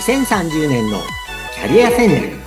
2030年のキャリア戦略。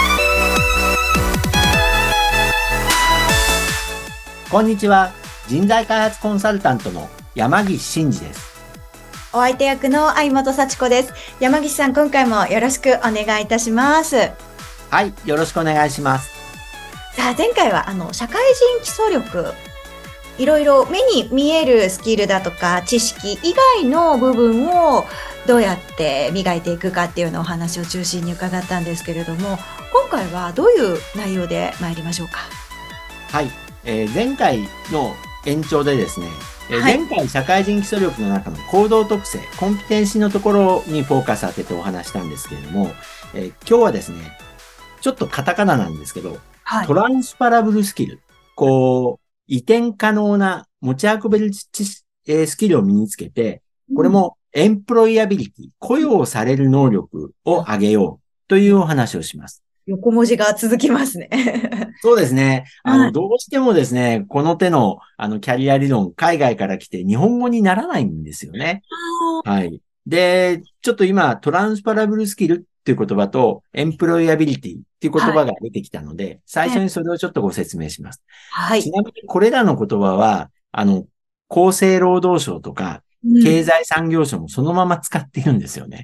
こんにちは。人材開発コンサルタントの山岸真嗣です。 お相手役の相本幸子です。山岸さん、今回もよろしくお願いいたします。 はい、よろしくお願いします。 さあ、前回は社会人基礎力、いろいろ目に見えるスキルだとか知識以外の部分をどうやって磨いていくかっていうようなお話を中心に伺ったんですけれども、今回はどういう内容で参りましょうか。 はい、前回の延長でですね、前回社会人基礎力の中の行動特性、コンピテンシーのところにフォーカス当ててお話したんですけれども、今日はですね、ちょっとカタカナなんですけど、 はい、 トランスパラブルスキル、移転可能な持ち運べるスキルを身につけて、これもエンプロイアビリティ、雇用される能力を上げようというお話をします。 横文字が続きますね。 そうですね。 はい、 どうしてもですね、この手の、キャリア理論、海外から来て日本語にならないんですよね。はい。で、ちょっと今、トランスパラブルスキルっていう言葉と、エンプロイアビリティっていう言葉が出てきたので、最初にそれをちょっとご説明します。 はい。 ちなみにこれらの言葉は、厚生労働省とか、経済産業省もそのまま使っているんですよね。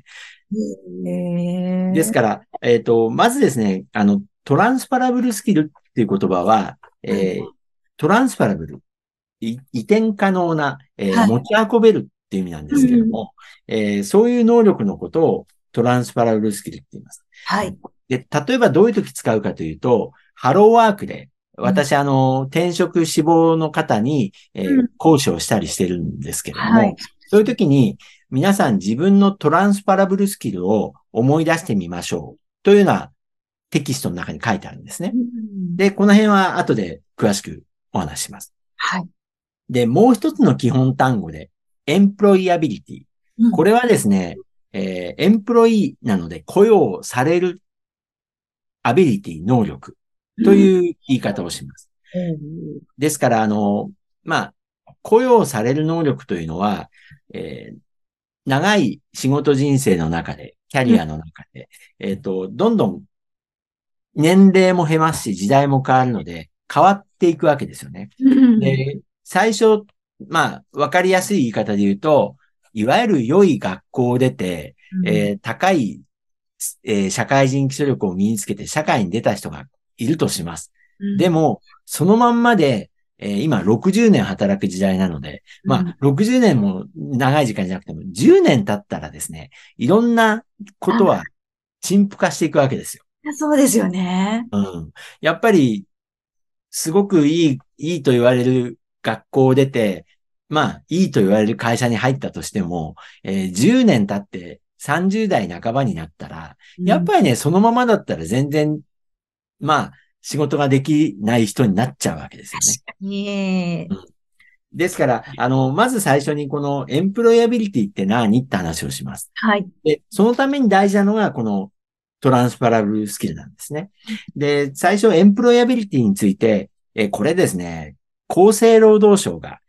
ですから、まずですね、トランスパラブルスキルっていう言葉は、トランスパラブル、移転可能な、持ち運べるっていう意味なんですけれども、そういう能力のことをトランスパラブルスキルって言います。 はい。 で、例えばどういう時使うかというと、ハローワークで、私、転職志望の方に、講師をしたりしてるんですけれども、 はい、 そういう時に、皆さん自分のトランスパラブルスキルを思い出してみましょうというようなテキストの中に書いてあるんですね。で、この辺は後で詳しくお話しします。 はい。 で、もう一つの基本単語で、エンプロイアビリティ。これはですね、エンプロイなので雇用されるアビリティ、能力という言い方をします。ですから、雇用される能力というのは、長い仕事人生の中で、キャリアの中で、どんどん年齢も減ますし、時代も変わるので、変わっていくわけですよね。で、最初、わかりやすい言い方で言うと、いわゆる良い学校を出て、高い、社会人基礎力を身につけて社会に出た人がいるとします。でも、そのまんまで、今60年働く時代なので、60年も長い時間じゃなくても、10年経ったらですね、いろんなことは陳腐化していくわけですよ。 そうですよね。 やっぱり、すごくいいと言われる学校を出て、いいと言われる会社に入ったとしても、10年経って30代半ばになったら、やっぱりね、そのままだったら全然、仕事ができない人になっちゃうわけですよね。 確かに。 ですから、まず最初にこのエンプロイアビリティって何って話をします。 はい。 で、そのために大事なのがこのトランスパラブルスキルなんですね。で、最初エンプロイアビリティについて、これですね、厚生労働省が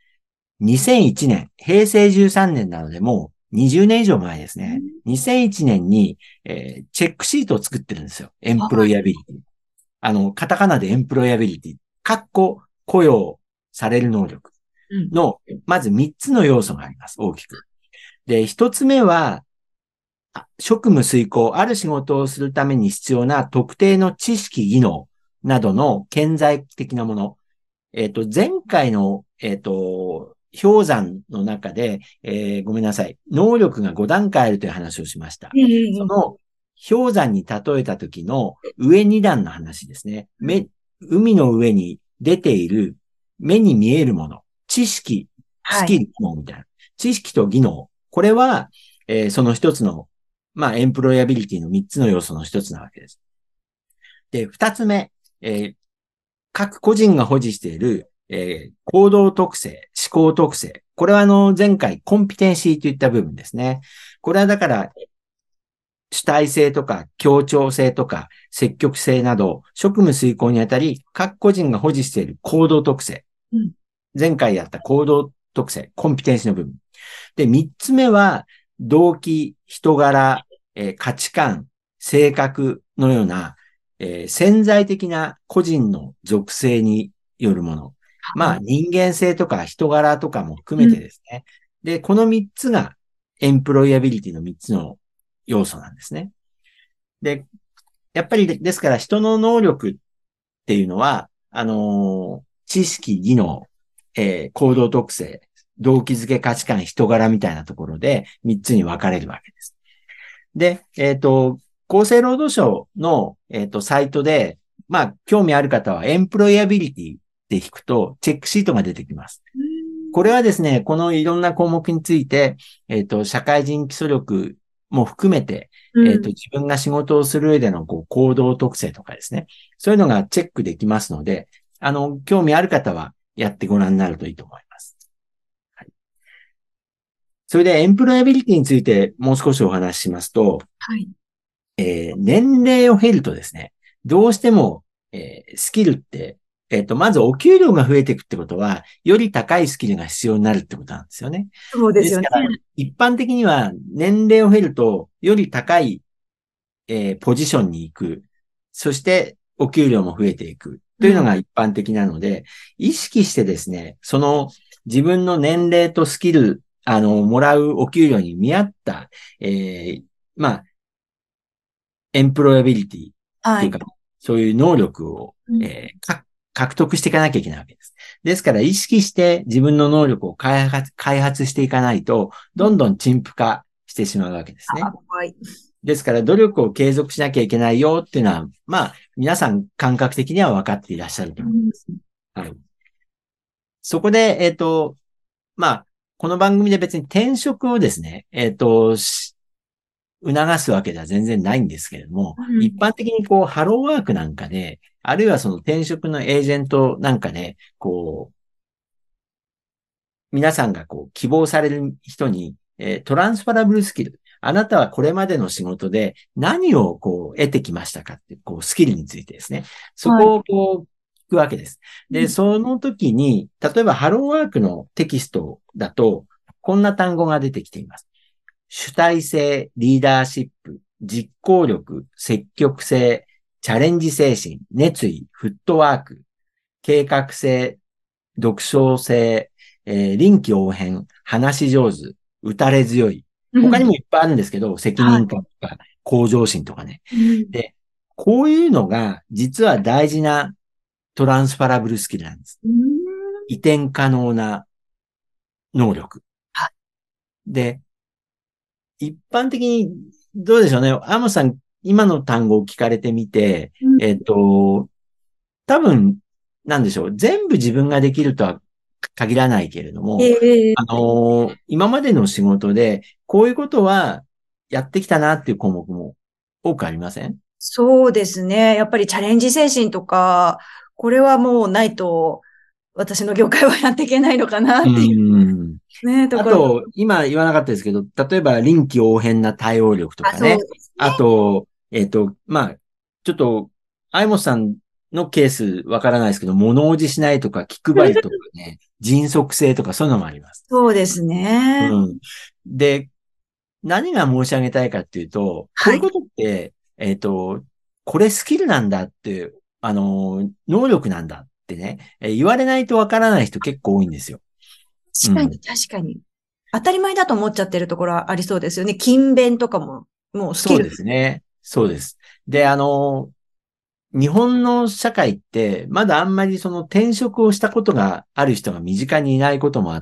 2001年、平成13年なのでもう20年以上前ですね。2001年に、チェックシートを作ってるんですよ。エンプロイアビリティ。カタカナでエンプロイアビリティ。雇用される能力の、まず3つの要素があります。大きく。で、1つ目は、職務遂行、ある仕事をするために必要な特定の知識、技能などの顕在的なもの。前回の、氷山の中で、ごめんなさい。能力が5段階あるという話をしました。その氷山に例えた時の上2段の話ですね。海の上に出ている目に見えるもの。知識、スキル、技能みたいな。知識と技能。これは、その一つの、エンプロイアビリティの3つの要素の一つなわけです。で、2つ目、各個人が保持している、行動特性、思考特性。これは前回コンピテンシーといった部分ですね。これはだから、主体性とか協調性とか積極性など、職務遂行にあたり、各個人が保持している行動特性。前回やった行動特性、コンピテンシーの部分。で、3つ目は、動機、人柄、 価値観、性格のような、潜在的な個人の属性によるもの。まあ、人間性とか人柄とかも含めてですね。で、この3つがエンプロイアビリティの3つの要素なんですね。で、やっぱりですから人の能力っていうのは、知識、技能、行動特性、動機づけ価値観、人柄みたいなところで3つに分かれるわけです。で、厚生労働省の、サイトで、まあ、興味ある方はエンプロイアビリティって引くとチェックシートが出てきます。これはですね、このいろんな項目について、社会人基礎力も含めて、自分が仕事をする上での行動特性とかですね、そういうのがチェックできますので、興味ある方はやってご覧になるといいと思います。はい、それで、エンプロイアビリティについてもう少しお話ししますと、 はい。 年齢を経るとですね、どうしても、スキルって、まずお給料が増えていくってことは、より高いスキルが必要になるってことなんですよね。 そうですよね。 ですから、一般的には年齢を経ると、より高い、ポジションに行く。そして、お給料も増えていく。というのが一般的なので、意識してですね、その自分の年齢とスキル、もらうお給料に見合った、まあ、エンプロイアビリティっていうか、そういう能力を、獲得していかなきゃいけないわけです。ですから、意識して自分の能力を開発していかないと、どんどん陳腐化してしまうわけですね。ですから、努力を継続しなきゃいけないよっていうのは、まあ、皆さん感覚的には分かっていらっしゃると思います。はい。そこで、まあ、この番組で別に転職をですね、促すわけでは全然ないんですけれども、一般的にハローワークなんかで、あるいはその転職のエージェントなんかで、皆さんが希望される人に、トランスファラブルスキル。あなたはこれまでの仕事で何を得てきましたかって、スキルについてですね。そこを聞くわけです。で、その時に、例えばハローワークのテキストだと、こんな単語が出てきています。主体性、リーダーシップ、実行力、積極性、チャレンジ精神、熱意、フットワーク、計画性、独創性、臨機応変、話し上手、打たれ強い。他にもいっぱいあるんですけど、責任感とか、向上心とかね。で、こういうのが実は大事なトランスファラブルスキルなんです。移転可能な能力。で、一般的にどうでしょうね。アモさん、今の単語を聞かれてみて、多分、なんでしょう。全部自分ができるとは限らないけれども、今までの仕事で、こういうことはやってきたなっていう項目も多くありません？ そうですね。やっぱりチャレンジ精神とか、これはもうないと、私の業界はやっていけないのかなっていう。ね、 あと、今言わなかったですけど、例えば臨機応変な対応力とかね。あと、まあ、ちょっと、相本さんのケースわからないですけど、物おじしないとか気配りとかね、迅速性とかそういうのもあります。 そうですね。 で、何が申し上げたいかっていうと、こういうことって、これスキルなんだって、能力なんだってね、言われないとわからない人結構多いんですよ。 確かに、確かに。当たり前だと思っちゃってるところはありそうですよね。勤勉とかも、もうスキル。 そうですね。そうです。で、日本の社会って、まだあんまりその転職をしたことがある人が身近にいないこともあって、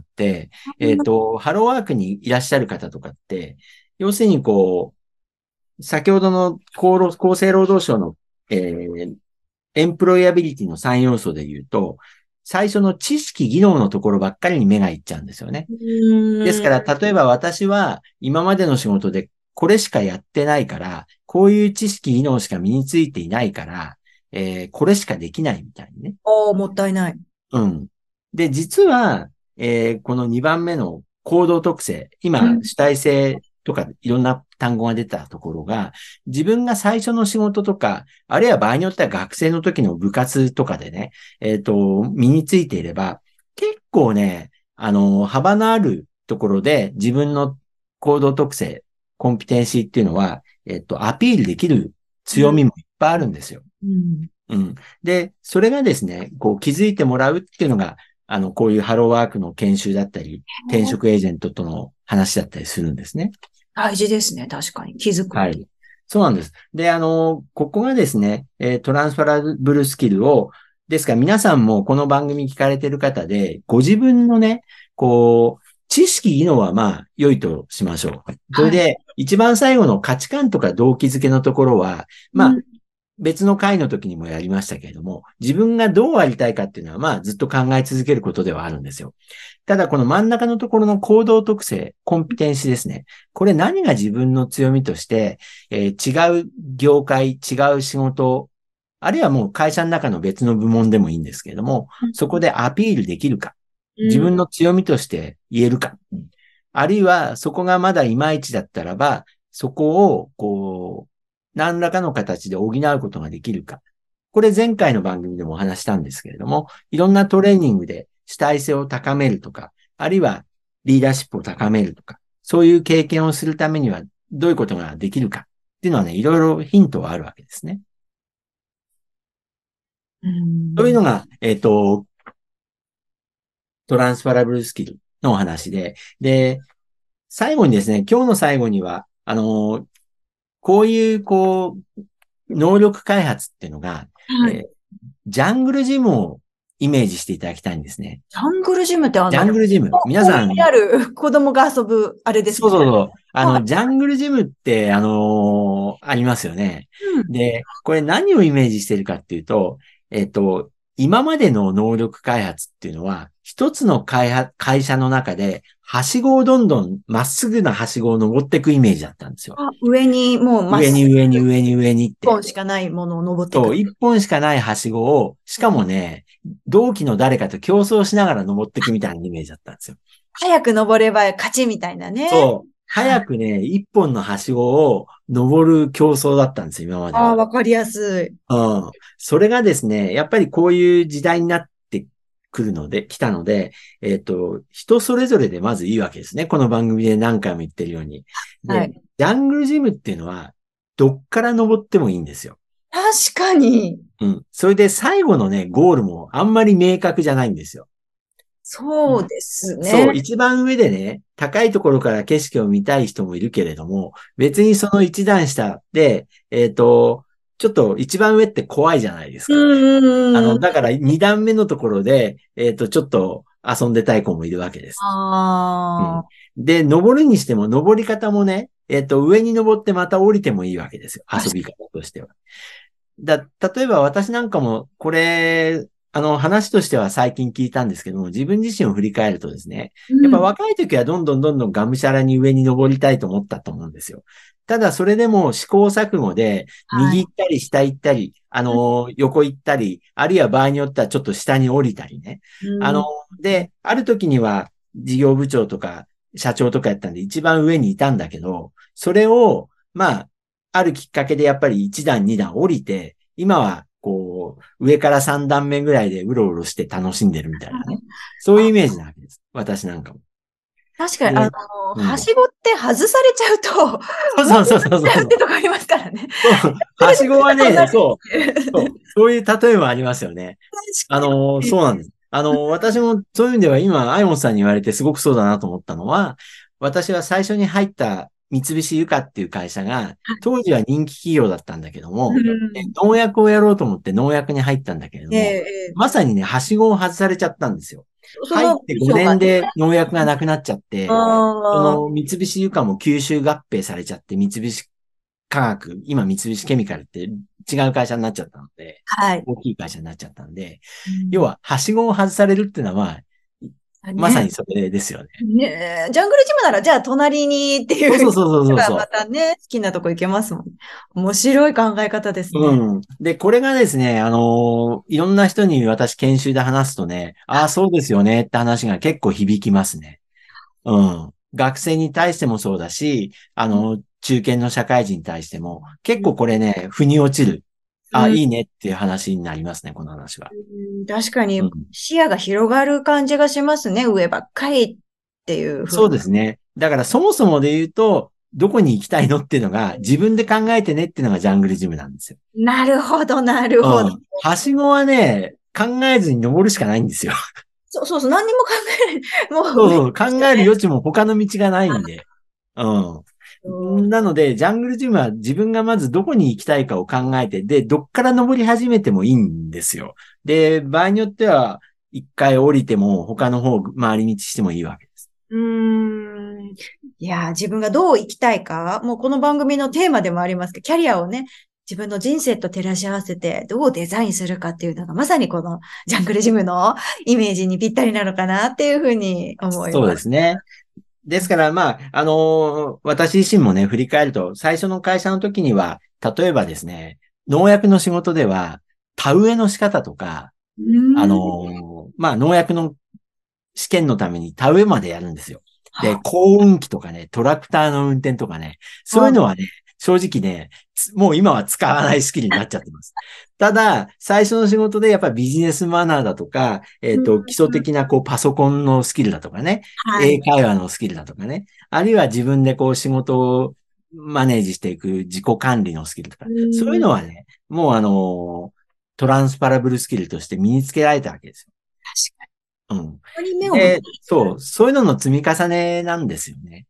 ハローワークにいらっしゃる方とかって、要するに先ほどの厚生労働省の、エンプロイアビリティの3要素で言うと、最初の知識、技能のところばっかりに目がいっちゃうんですよね。ですから、例えば私は今までの仕事でこれしかやってないから、こういう知識、技能しか身についていないから、これしかできないみたいにね。 もったいない。 で、実は、この2番目の行動特性、今、主体性とかいろんな単語が出たところが、自分が最初の仕事とか、あるいは場合によっては学生の時の部活とかでね、身についていれば、結構ね、幅のあるところで自分の行動特性、コンピテンシーっていうのは、 アピールできる強みもいっぱいあるんですよ。 うん。 うん。で、それがですね、こう気づいてもらうっていうのが、こういうハローワークの研修だったり、転職エージェントとの話だったりするんですね。 大事ですね。確かに。気づく。 はい。そうなんです。で、ここがですね、トランスファラブルスキルを、ですから皆さんもこの番組聞かれてる方で、ご自分のね、こう、知識、技能はまあ、良いとしましょう。それはい。 で、一番最後の価値観とか動機づけのところは、まあ、 うん。 別の回の時にもやりましたけれども、自分がどうありたいかっていうのは、まあ、ずっと考え続けることではあるんですよ。ただ、この真ん中のところの行動特性、コンピテンシですね。これ何が自分の強みとして、違う業界、違う仕事、あるいはもう会社の中の別の部門でもいいんですけれども、そこでアピールできるか、自うん。 分の強みとして言えるか、あるいはそこがまだいまいちだったらば、そこを、こう、何らかの形で補うことができるか。これ前回の番組でもお話したんですけれども、いろんなトレーニングで主体性を高めるとか、あるいはリーダーシップを高めるとか、そういう経験をするためにはどういうことができるかっていうのはね、いろいろヒントはあるわけですね。 うん。 というのが、トランスファラブルスキルのお話で、最後にですね、今日の最後には、こういう、こう、能力開発っていうのが、 はい。 ジャングルジムをイメージしていただきたいんですね。 ジャングルジムってジャングルジム。皆さん、 公園にある子供が遊ぶ、あれですね。 そうそうそう。 はい。 ジャングルジムって、ありますよね。 うん。 で、これ何をイメージしてるかっていうと、今までの能力開発っていうのは、一つの会社の中で、はしごをどんどんまっすぐなはしごを登っていくイメージだったんですよ。 あ、上にもうまっ上すぐに上に上に上にって。 一本しかないものを登っていそう、 く。 一本しかないはしごを、しかもね、同期の誰かと競争しながら登っていくみたいなイメージだったんですよ。 早く登れば勝ちみたいなね。 そう。 はい。 早くね、一本のはしごを登る競争だったんですよ、今までああ、 は。 わかりやすい。 うん。それがですね、やっぱりこういう時代になってくるので、来たので、人それぞれでまずいいわけですね。この番組で何回も言ってるように。で、 はい。 ジャングルジムっていうのは、どっから登ってもいいんですよ。 確かに。 うん。それで最後のね、ゴールもあんまり明確じゃないんですよ。 そうですね。 そう、一番上でね、高いところから景色を見たい人もいるけれども、別にその一段下で、ちょっと一番上って怖いじゃないですうか。 んうんうん。 だから二段目のところで、ちょっと遊んでたい子もいるわけです。うん。 ああ。 で、登るにしても、登り方もね、上に登ってまた降りてもいいわけですよ。遊び方としては。例えば私なんかも、これ、話としては最近聞いたんですけども、自分自身を振り返るとですね、やっぱうん。 若い時はどんどんどんどんがむしゃらに上に登りたいと思ったと思うんですよ。ただそれでも試行錯誤で、 はい。 右行ったり下行ったり、横行ったり、あるいは場合によってはちょっと下に降りたりね。あの、 うん。 で、ある時には事業部長とか社長とかやったんで一番上にいたんだけど、それを、まあ、あるきっかけでやっぱり一段二段降りて、今はこう、上から三段目ぐらいでうろうろして楽しんでるみたいなね。そういうイメージなわけです。私なんかも。 確かに、 で、うん。 はしごって外されちゃうと、 そうもうそうそうそうちゃうっそう。 てとこありますからね。 そう、はしごはね、 そんなにそう、そういう例えもありますよね。 確かに。 そうなんです。私もそういう意味では今、アイモンさんに言われてすごくそうだなと思ったのは、私は最初に入った三菱ユカっていう会社が、当時は人気企業だったんだけどうも、 ん。 農薬をやろうと思って農薬に入ったんだけれどえも、 え、ええ、 まさにね、はしごを外されちゃったんですよ。 その部入って5 署がね。 年で農薬がなくなっちゃって、そああ、 の三菱ユカも吸収合併されちゃって、三菱化学、今三菱ケミカルって違う会社になっちゃったので、 はい。 大きい会社になっちゃったんで、 うん。 要は、はしごを外されるっていうのは、まさね。 にそれですよね。 ねえ、ジャングルジムなら、じゃあ隣にっていう人そうそうそうそうがまそたね、好きなとこ行けますもんね。面白い考え方ですう。 ね。 うん。で、これがですね、いろんな人に私研修で話すとね、ああ、そうですよねって話が結構響きますね。うん。学生に対してもそうだし、中堅の社会人に対しても、結構これね、腑に落ちる。あ、 うん。 いいねっていう話になりますね、この話は。 うん、確かにうん。 視野が広がる感じがしますね。上ばっかりっていう風そうな。 ですね。だからそもそもで言うと、 どこに行きたいのっていうのが、自分で考えてねっていうのがジャングルジムなんですよ。 なるほど、なるほど。 はしごはね、考えずに登るしかないんですよ。 そうそうそう、何にも考えない。もう、 そうそう、考える余地も他の道がないんで。なので、ジャングルジムは自分がまずどこに行きたいかを考えて、で、どっから登り始めてもいいんですよ。で、場合によっては、一回降りても他の方回り道してもいいわけです。 いやー、自分がどう生きたいか、もうこの番組のテーマでもありますけど、キャリアをね、自分の人生と照らし合わせてどうデザインするかっていうのが、まさにこのジャングルジムのイメージにぴったりなのかなっていうふうに思いそうます。 ですね。ですから、まあ、私自身もね、振り返ると、最初の会社の時には、例えばですね、農薬の仕事では、田植えの仕方とか、まあ、農薬の試験のために田植えまでやるんですよ。で、耕運機とかね、トラクターの運転とかね、そういうのはね、正直ね、もう今は使わないスキルになっちゃってます。ただ、最初の仕事でやっぱりビジネスマナーだとか、基礎的なこうパソコンのスキルだとかね、 はい。 英会話のスキルだとかね、あるいは自分でこう仕事をマネージしていく自己管理のスキルとか、そういうのはね、もうトランスパラブルスキルとして身につけられたわけですよ。 確かに。 うん。 ここに目を向けで、 ていく。 そう、そういうのの積み重ねなんですよね。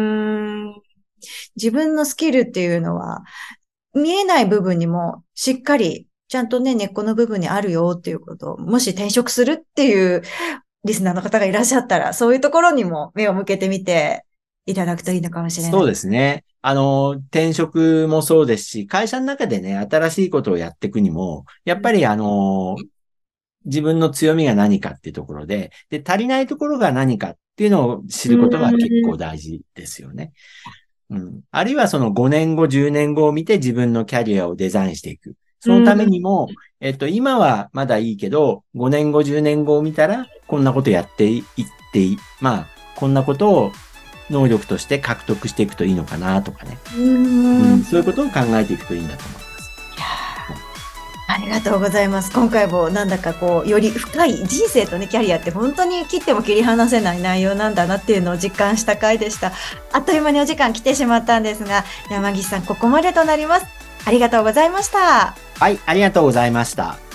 自分のスキルっていうのは、見えない部分にもしっかり、ちゃんとね、根っこの部分にあるよっていうことを、もし転職するっていうリスナーの方がいらっしゃったら、そういうところにも目を向けてみていただくといいのかもしれない。 そうですね。転職もそうですし、会社の中でね、新しいことをやっていくにも、やっぱり自分の強みが何かっていうところで、足りないところが何かっていうのを知うることが結ーん。 構大事ですよね。うん。あるいはその5年後、10年後を見て自分のキャリアをデザインしていく。そのためにも、今はまだいいけど、5年後、10年後を見たら、こんなことやっていってまあ、こんなことを能力として獲得していくといいのかなとかね。そういうことを考えていくといいんだと思います。 ありがとうございます。今回もなんだかこう、より深い人生とね、キャリアって本当に切っても切り離せない内容なんだなっていうのを実感した回でした。あっという間にお時間来てしまったんですが、山岸さん、ここまでとなります。ありがとうございました。 はい、ありがとうございました。